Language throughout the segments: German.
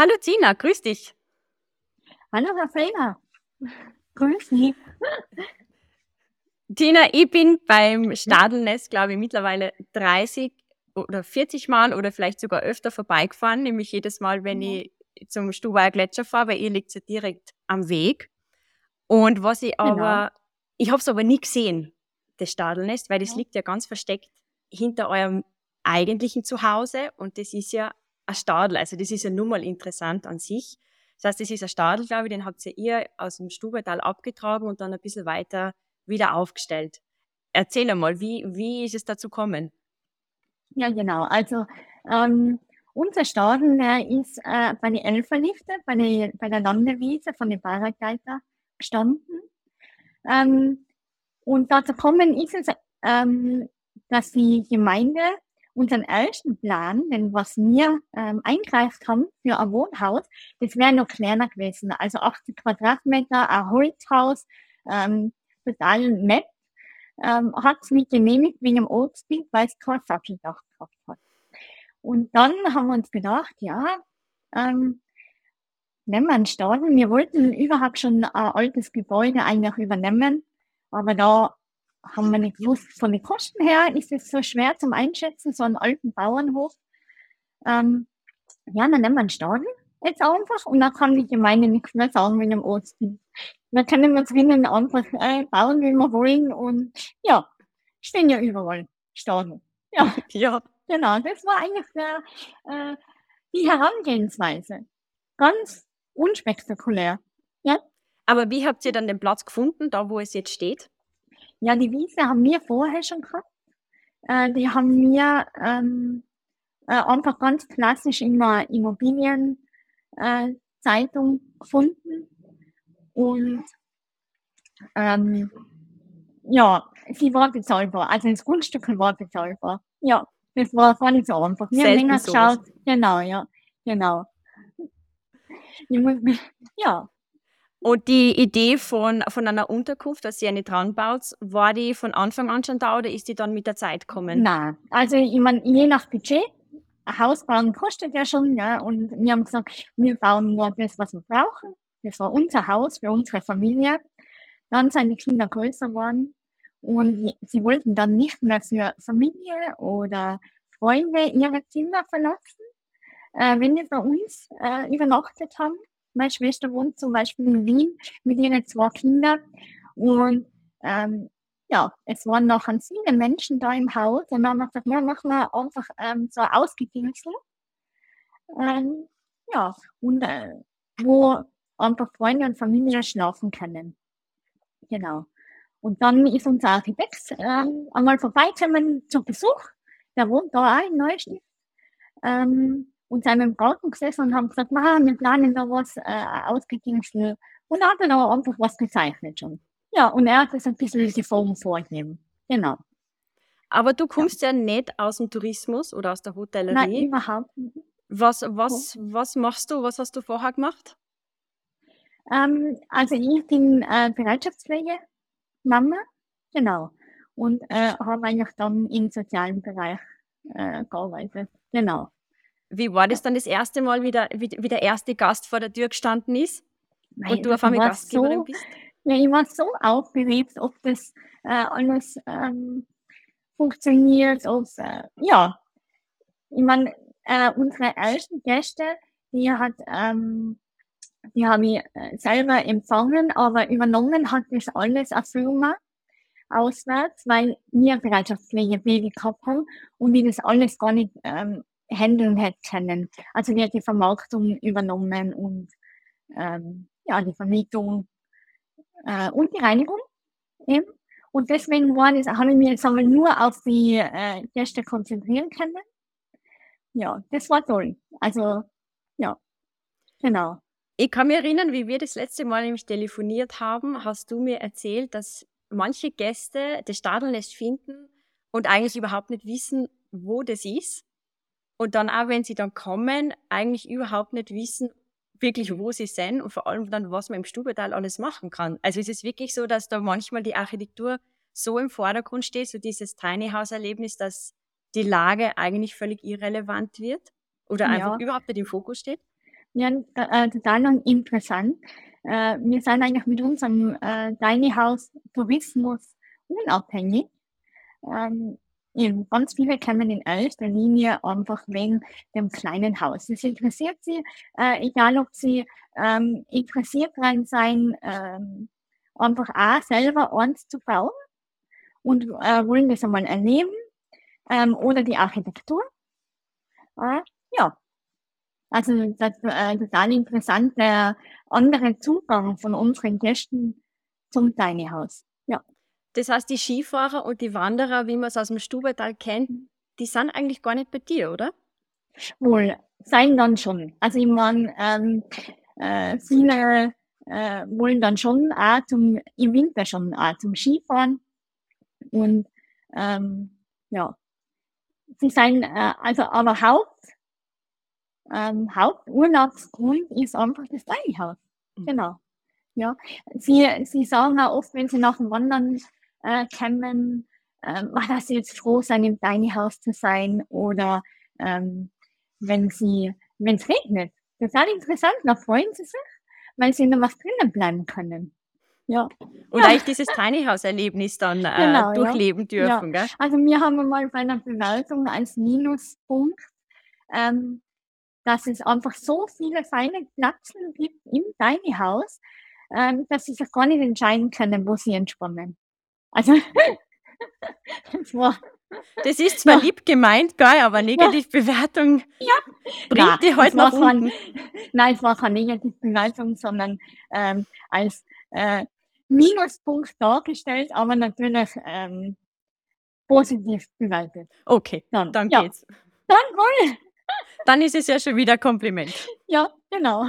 Hallo Tina, grüß dich. Hallo Raffaella, grüß Sie. Tina, ich bin beim Stadelnest, glaube ich, mittlerweile 30 oder 40 Mal oder vielleicht sogar öfter vorbeigefahren, nämlich jedes Mal, wenn Ja, ich zum Stubaier Gletscher fahre, weil ihr liegt ja direkt am Weg. Und was ich genau. aber, ich habe es aber nie gesehen, das Stadelnest, weil das Ja, liegt ja ganz versteckt hinter eurem eigentlichen Zuhause und das ist ja ein Stadel, also das ist ja nun mal interessant an sich. Das heißt, das ist ein Stadel, glaube ich, den habt ja ihr aus dem Stubaital abgetragen und dann ein bisschen weiter wieder aufgestellt. Erzähl einmal, wie ist es dazu gekommen? ja, genau. Also unser Stadion, der ist bei den Elferlifte, bei der Landewiese von den Paraglider gestanden. Ähm, und dazu kommen ist es, dass die Gemeinde unseren ersten Plan, denn was wir eingereicht haben für ein Wohnhaus, das wäre noch kleiner gewesen. Also 80 Quadratmeter, ein Holzhaus, ähm, total nett. Hat es nicht genehmigt wegen dem Ortsbild, weil es kein Satteldach gehabt hat. Und dann haben wir uns gedacht, ja, ähm, nehmen wir einen Stadion. Wir wollten überhaupt schon ein altes Gebäude eigentlich übernehmen, aber da haben wir nicht gewusst, von den Kosten her ist es so schwer zum Einschätzen, so einen alten Bauernhof. Ähm, ja, dann nehmen wir einen Stadion jetzt einfach und dann kann die Gemeinde nichts mehr sagen mit dem Ortsbild. Wir können uns drinnen einfach bauen, wie wir wollen und ja, stehen ja überall Stadien. Ja, Ja. genau, das war eigentlich die Herangehensweise. Ganz unspektakulär. Ja, Aber wie habt ihr dann den Platz gefunden, da wo es jetzt steht? ja, die Wiese haben wir vorher schon gehabt. Die haben wir einfach ganz klassisch in einer Immobilienzeitung gefunden. Und ähm, ja, sie war bezahlbar. Also das Grundstück war bezahlbar. Ja, das war nicht so einfach. Wir haben Selten länger sowas. geschaut. Genau, ja, genau. Ich muss, ja, Und die Idee von einer Unterkunft, dass ihr eine dran baut, war die von Anfang an schon da oder ist die dann mit der Zeit gekommen? na, also ich meine, je nach Budget, ein Haus bauen kostet ja schon, ja, und wir haben gesagt, wir bauen nur das, was wir brauchen. Das war unser Haus für unsere Familie. Dann sind die Kinder größer geworden und sie wollten dann nicht mehr für Familie oder Freunde ihre Zimmer verlassen, wenn die bei uns übernachtet haben. Meine Schwester wohnt zum Beispiel in Wien mit ihren zwei Kindern und ähm, ja, es waren noch viele Menschen da im Haus und dann haben wir gesagt, ja, machen wir einfach so ausgedingselt. Ähm, ja, und wo einfach Freunde und Familie schlafen können. Genau. Und dann ist unser Architekt einmal vorbeigekommen zu Besuch. Der wohnt da auch in Neustadt. Und sind mit dem Garten gesessen und haben gesagt, wir planen da was ausgedingselt. Und da hat er da einfach was gezeichnet schon. Ja, und er hat das ein bisschen die Form vorgegeben. Genau. Aber du Ja. kommst ja nicht aus dem Tourismus oder aus der Nein, Hotellerie. überhaupt nicht. Was machst du? Was hast du vorher gemacht? Also ich bin Bereitschaftspflege, Mama, genau. Und habe eigentlich dann im sozialen Bereich gearbeitet. Genau. Wie war Ja. das dann das erste Mal, wie der erste Gast vor der Tür gestanden ist und Nein, du auf ich einmal war Gastgeberin so, bist? ja, ich war so aufgeregt, ob das alles funktioniert, ob ja, ich meine, unsere ersten Gäste, die hat, die habe ich selber empfangen, aber übernommen hat das alles eine Firma auswärts, weil wir Bereitschaftspflege gehabt haben und die das alles gar nicht handeln hätte können. Also die hat die Vermarktung übernommen und ja, die Vermietung und die Reinigung eben. Und deswegen war das, habe ich mich jetzt einmal nur auf die Gäste konzentrieren können. Ja, das war toll. Also, ja, genau. Ich kann mich erinnern, wie wir das letzte Mal nämlich telefoniert haben, hast du mir erzählt, dass manche Gäste das Stadelnest finden und eigentlich überhaupt nicht wissen, wo das ist. Und dann auch, wenn sie dann kommen, eigentlich überhaupt nicht wissen, wirklich, wo sie sind und vor allem dann, was man im Stubaital alles machen kann. Also ist es wirklich so, dass da manchmal die Architektur so im Vordergrund steht, so dieses Tiny House Erlebnis, dass die Lage eigentlich völlig irrelevant wird oder einfach Ja, überhaupt nicht im Fokus steht? Ja, total interessant. Wir sind eigentlich mit unserem Tiny House Tourismus unabhängig. Ähm, Eben, ganz viele kommen in erster Linie einfach wegen dem kleinen Haus. Es interessiert sie, egal ob sie interessiert daran sein, einfach auch selber eins zu bauen und wollen das einmal erleben, oder die Architektur. Äh, ja, also das total interessant, der andere Zugang von unseren Gästen zum Tiny House. Ja. Das heißt, die Skifahrer und die Wanderer, wie man es aus dem Stubaital kennt, die sind eigentlich gar nicht bei dir, oder? Wohl, sein dann schon. Also ich meine, viele wollen dann schon auch im Winter schon auch zum Skifahren und ja, sie sind also aber Haupturlaubsgrund ist einfach das Tiny House. Genau. Ja. Sie sagen auch oft, wenn sie nach dem Wandern kommen, dass sie jetzt froh sind, im Tiny House zu sein oder wenn es regnet. Total interessant, da freuen sie sich, weil sie noch was drinnen bleiben können. Ja, Und ja, eigentlich dieses Tiny House-Erlebnis dann genau, ja. durchleben Ja, dürfen, gell? also wir haben mal bei einer Bewertung als Minuspunkt, dass es einfach so viele feine Plätzchen gibt im Tiny House, dass sie sich gar nicht entscheiden können, wo sie entspannen. Also, das war, Das ist zwar ja, lieb gemeint, gell, aber ja, Negativbewertung nein, bringt die halt es war nach kein, unten. nein, es war keine Negativbewertung, sondern als Minuspunkt dargestellt, aber natürlich positiv bewertet. Okay, Dann, dann ja, geht's. dann wohl, Dann ist es ja schon wieder ein Kompliment. ja, genau.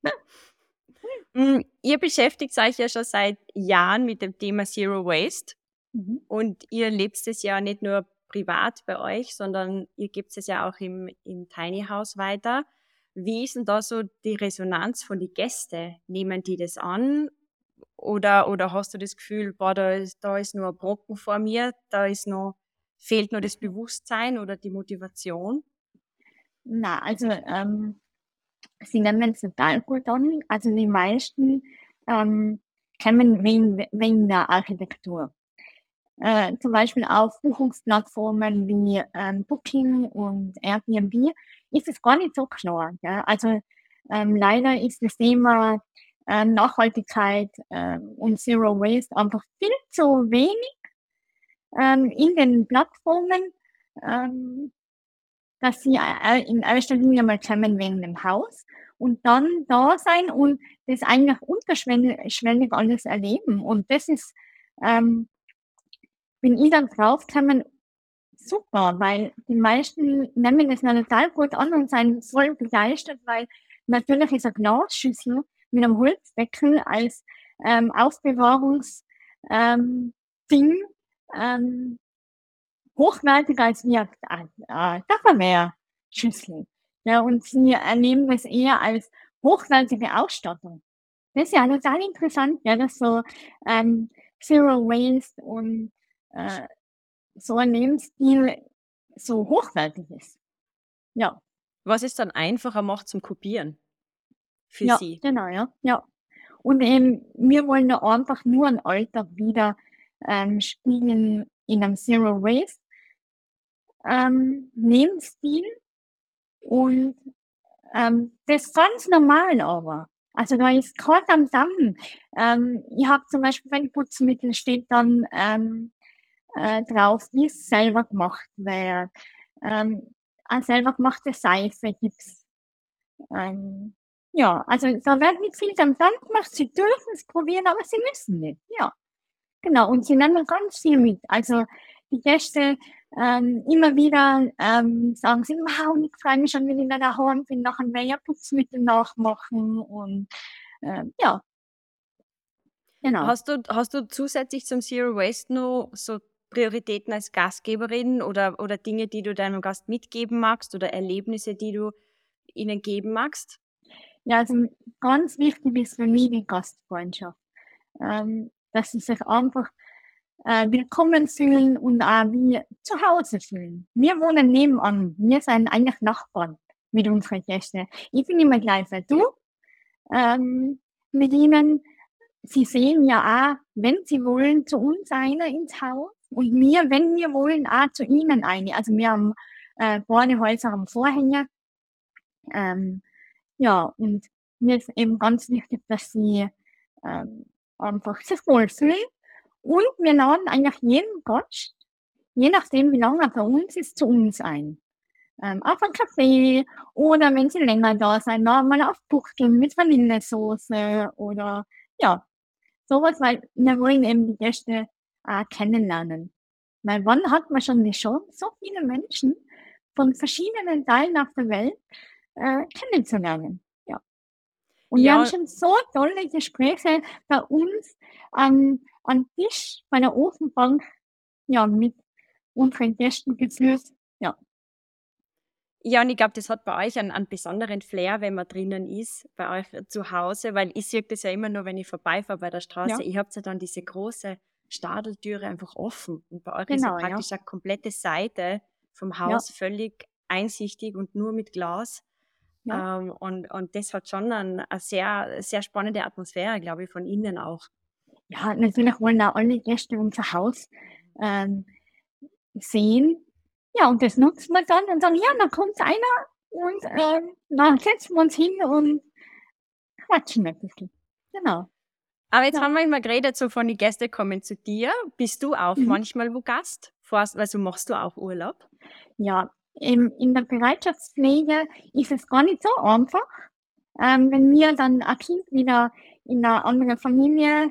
Ihr beschäftigt euch ja schon seit Jahren mit dem Thema Zero Waste Mhm. und ihr lebt es ja nicht nur privat bei euch, sondern ihr gebt es ja auch im Tiny House weiter. Wie ist denn da so die Resonanz von den Gästen? Nehmen die das an? Oder hast du das Gefühl, boah, da ist nur ein Brocken vor mir, fehlt nur das Bewusstsein oder die Motivation? Na, also sie nehmen es total gut an. Also die meisten kommen wegen der Architektur. Zum Beispiel auf Buchungsplattformen wie Booking und Airbnb ist es gar nicht so klar. Gell? Also leider ist das Thema Nachhaltigkeit und Zero Waste einfach viel zu wenig in den Plattformen, ähm, dass sie in erster Linie mal kommen wegen dem Haus und dann da sein und das eigentlich unterschwellig alles erleben. Und das ist, ähm, bin ich dann draufgekommen, super, weil die meisten nehmen das noch total gut an und sind voll begeistert, weil natürlich ist eine Glasschüssel mit einem Holzdeckel als Aufbewahrungs Ding ähm, hochwertiger als wie eine Tupperware-Schüssel. Ja, und sie erleben das eher als hochwertige Ausstattung. Das ist ja total interessant, ja, dass so Zero Waste und äh, so ein Lebensstil so hochwertig ist. Ja, Was es dann einfacher macht zum Kopieren für ja, sie? genau, ja, ja. Und eben, wir wollen ja einfach nur einen Alltag wieder spiegeln in einem Zero Waste Lebensstil und das ist ganz normal aber. Also da ist kein Tamtam. Ich habe zum Beispiel beim Putzmittel steht dann drauf, wie es selber gemacht wird. Auch selber gemachte Seife gibt's. Ähm, ja, also da wird nicht viel Tamtam gemacht. Sie dürfen es probieren, aber sie müssen nicht. Ja, genau. Und sie nehmen ganz viel mit. Also die Gäste immer wieder sagen sie, wow, ich freue mich schon, wenn ich wieder daheim bin, nachher will ich ja Putzmittel nachmachen und ja, genau. Hast du zusätzlich zum Zero Waste noch so Prioritäten als Gastgeberin oder Dinge, die du deinem Gast mitgeben magst oder Erlebnisse, die du ihnen geben magst? Ja, also ganz wichtig ist für mich die Gastfreundschaft. Dass sie sich einfach willkommen fühlen und auch wie zu Hause fühlen. Wir wohnen nebenan, wir sind eigentlich Nachbarn. mit unseren Gästen. Ich bin immer gleich bei du mit ihnen. Sie sehen ja auch, wenn sie wollen, zu uns einer ins Haus und wir, wenn wir wollen, auch zu ihnen eine. Also wir haben beide Häuser haben Vorhänge. Ja, und mir ist eben ganz wichtig, dass sie ähm, einfach sich wohlfühlen. Und wir laden eigentlich jeden Gast, je nachdem, wie lange er bei uns ist, zu uns ein. Auf einen Kaffee oder wenn sie länger da sein, mal auf Buchteln mit Vanillesoße oder ja, sowas, weil wir wollen eben die Gäste kennenlernen. Weil wann hat man schon die Chance, so viele Menschen von verschiedenen Teilen auf der Welt kennenzulernen? Ja. Und wir haben Ja, schon so tolle Gespräche bei uns am Tisch bei der Ofenbank ja, mit unseren Gästen geführt. Ja. ja, und ich glaube, das hat bei euch einen besonderen Flair, wenn man drinnen ist, bei euch zu Hause, weil ich sehe das ja immer nur, wenn ich vorbeifahre bei der Straße. Ja, Ihr habt ja dann diese große Stadeltüre einfach offen und bei euch ist ja genau, ja. praktisch eine komplette Seite vom Ja, Haus völlig einsichtig und nur mit Glas. ja. Und das hat schon eine sehr, sehr spannende Atmosphäre, glaube ich, von innen auch. Ja, natürlich wollen auch alle Gäste unser Haus ähm, sehen. Ja, und das nutzen wir dann und dann, ja, dann kommt einer und dann setzen wir uns hin und quatschen ein bisschen. Genau. Aber jetzt Ja. haben wir immer geredet, so von die Gäste kommen zu dir. Bist du auch Mhm. manchmal wo Gast? Also machst du auch Urlaub? Ja, in der Bereitschaftspflege ist es gar nicht so einfach. Wenn wir dann ein Kind wieder in eine andere Familie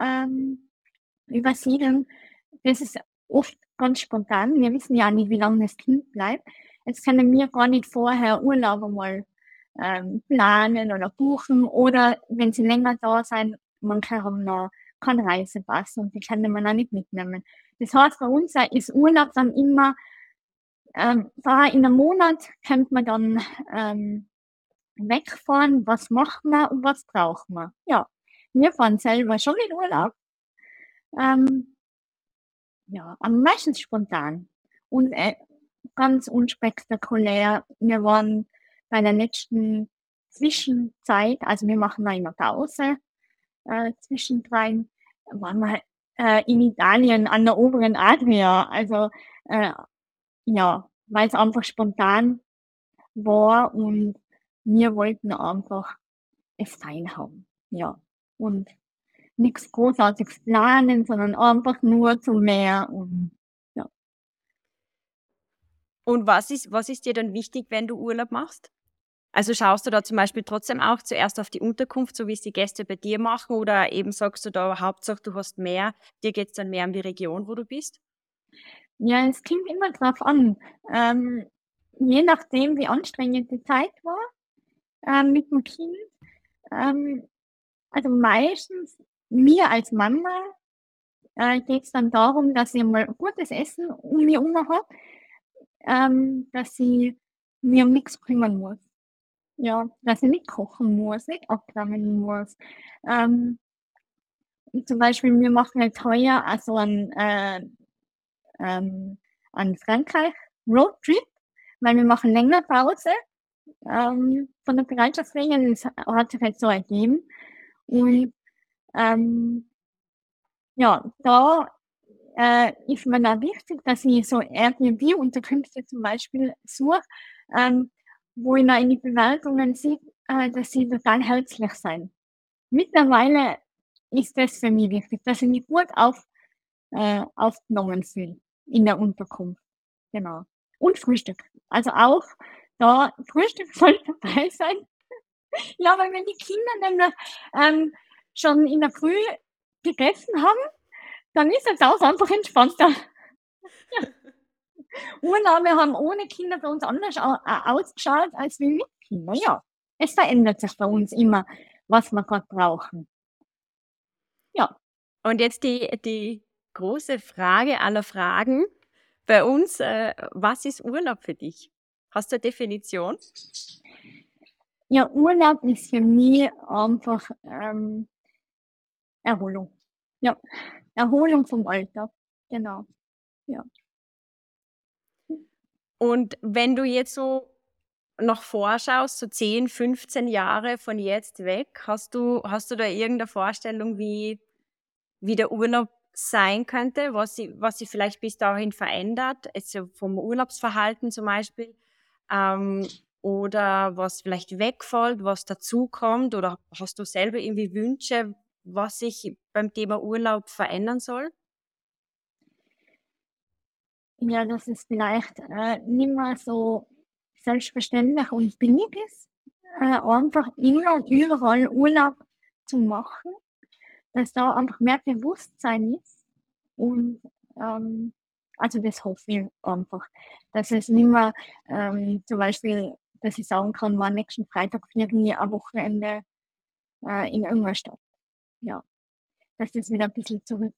übersiedeln, das ist oft ganz spontan. Wir wissen ja nicht, wie lange das Kind bleibt. Jetzt können wir gar nicht vorher Urlaub einmal planen oder buchen oder wenn sie länger da sind, manche haben noch keinen Reisepass und die können wir auch nicht mitnehmen. Das heißt, bei uns ist Urlaub dann immer, da in einem Monat könnte man dann wegfahren, was macht man und was braucht man. Ja, wir fahren selber schon in Urlaub, ähm, ja, am meisten spontan und ganz unspektakulär. Wir waren bei der letzten Zwischenzeit, also wir machen da immer Pause zwischendrin, waren wir in Italien an der oberen Adria. Also äh, ja, weil es einfach spontan war und wir wollten einfach es fein haben. Ja, und nichts Großartiges planen, sondern einfach nur zum Meer und ja. Und was ist dir dann wichtig, wenn du Urlaub machst? Also schaust du da zum Beispiel trotzdem auch zuerst auf die Unterkunft, so wie es die Gäste bei dir machen, oder eben sagst du da, Hauptsache du hast mehr, dir geht's dann mehr um die Region, wo du bist? Ja, es kommt immer drauf an. Ähm, Je nachdem, wie anstrengend die Zeit war mit dem Kind. Ähm, also meistens mir als Mama geht es dann darum, dass ich mal gutes Essen um mich herum habe, dass ich mir um nichts kümmern muss. Ja, dass ich nicht kochen muss, nicht abwärmen muss. Ähm, Zum Beispiel, wir machen jetzt heuer also an Frankreich Roadtrip, weil wir machen länger Pause von der Bereitschaftspflege. Das hat sich halt so ergeben. Und ähm, ja, da ist mir da wichtig, dass ich so Airbnb-Unterkünfte zum Beispiel suche, ähm, wo ich da in die Bewertungen sehe, dass sie total herzlich sein. Mittlerweile ist das für mich wichtig, dass ich mich gut aufgenommen fühle in der Unterkunft. Genau. Und Frühstück. Also auch da Frühstück soll dabei sein. Ja, weil wenn die Kinder nämlich schon in der Früh gegessen haben, dann ist es auch einfach entspannter. Ja. Urlaube haben ohne Kinder bei uns anders ausgeschaut als wie mit Kindern. Ja, es verändert sich bei uns immer, was wir gerade brauchen. Ja. Und jetzt die große Frage aller Fragen bei uns, was ist Urlaub für dich? Hast du eine Definition? Ja, Urlaub ist für mich einfach Erholung. Ja, Erholung vom Alltag. Genau. Ja. Und wenn du jetzt so noch vorschaust, so 10, 15 Jahre von jetzt weg, hast du da irgendeine Vorstellung, wie der Urlaub sein könnte, was sich vielleicht bis dahin verändert, also vom Urlaubsverhalten zum Beispiel, oder was vielleicht wegfällt, was dazukommt, oder hast du selber irgendwie Wünsche, was sich beim Thema Urlaub verändern soll? Ja, dass es vielleicht nicht mehr so selbstverständlich und billig ist, einfach immer und überall Urlaub zu machen, dass da einfach mehr Bewusstsein ist und also das hoffe ich einfach, dass es nicht mehr zum Beispiel, dass ich sagen kann, war nächsten Freitag irgendwie ein Wochenende in irgendeiner Stadt. Ja, dass das wieder ein bisschen zurückgeht.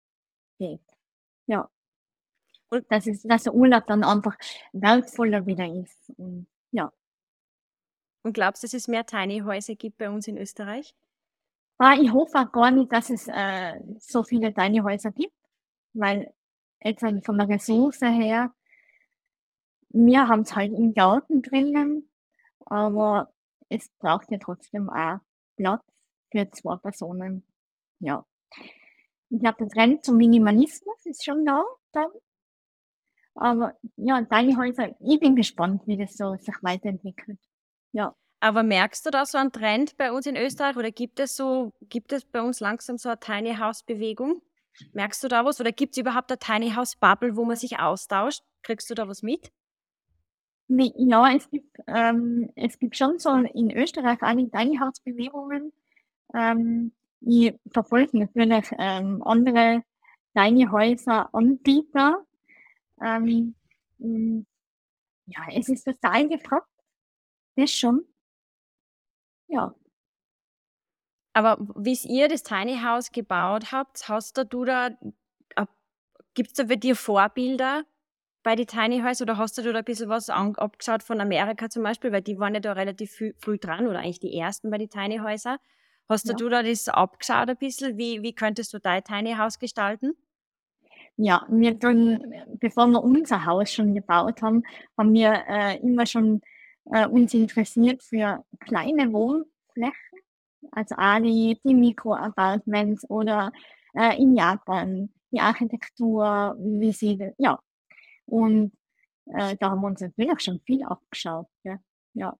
Ja. Und, Dass der Urlaub dann einfach wertvoller wieder ist. Und ja. und glaubst du, dass es mehr Tiny Häuser gibt bei uns in Österreich? Ich hoffe auch gar nicht, dass es so viele Tiny Häuser gibt, weil etwa von der Ressource her, wir haben es halt im Garten drinnen, aber es braucht ja trotzdem auch Platz für 2 Personen. Ja. Ich glaube, der Trend zum Minimalismus ist schon da dann. Aber ja, Tiny Häuser, ich bin gespannt, wie das so sich weiterentwickelt. Ja. Aber merkst du da so einen Trend bei uns in Österreich oder gibt es bei uns langsam so eine Tiny House Bewegung? Merkst du da was oder gibt es überhaupt eine Tiny House Bubble, wo man sich austauscht? Kriegst du da was mit? Ja, es gibt schon so in Österreich einige Tiny House Bewegungen. Ich verfolge natürlich andere Tiny Häuser Anbieter. Ähm, mm, ja, es ist total gefragt, das schon. Ja. Aber wie ihr das Tiny House gebaut habt, gibt es da für dich Vorbilder bei den Tiny House oder hast du da ein bisschen was abgeschaut von Amerika zum Beispiel, weil die waren ja da relativ früh dran oder eigentlich die ersten bei den Tiny Häuser. Hast Ja. du da das abgeschaut ein bisschen? Wie könntest du dein Tiny House gestalten? Ja, wir tun, bevor wir unser Haus schon gebaut haben, haben wir immer schon uns interessiert für kleine Wohnflächen, also auch die Mikro-Apartments oder in Japan die Architektur, wie sie, ja. Und da haben wir uns natürlich schon viel abgeschaut. Ja, ja,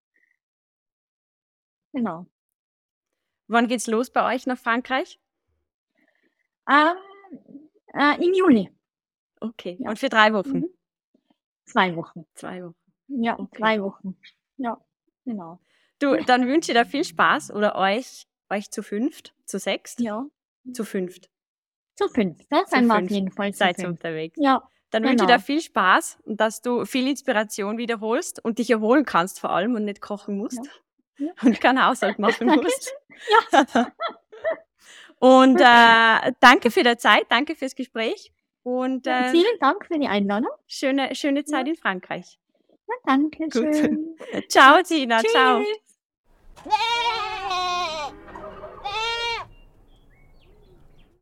genau. Wann geht's los bei euch nach Frankreich? Ähm, im Juli. Okay. Ja. Und für 3 Wochen? Mhm. 2 Wochen. 2 Wochen. Ja, Okay. 2 Wochen. Ja, genau. Du, dann wünsche ich dir viel Spaß oder euch zu 5, zu 6, Ja. zu 5. Zu 5. Da Zu sind wir auf 5 jeden Fall zu seid ihr 5. unterwegs. Ja, Dann wünsche ich dir genau. viel Spaß und dass du viel Inspiration wiederholst und dich erholen kannst vor allem und nicht kochen musst Ja. und keinen Haushalt machen musst. Ja. Und danke für die Zeit, danke fürs Gespräch und Vielen Dank für die Einladung. schöne Zeit in Frankreich. Ja, danke Gut. schön. Ciao, Tina. Ciao. Tschüss.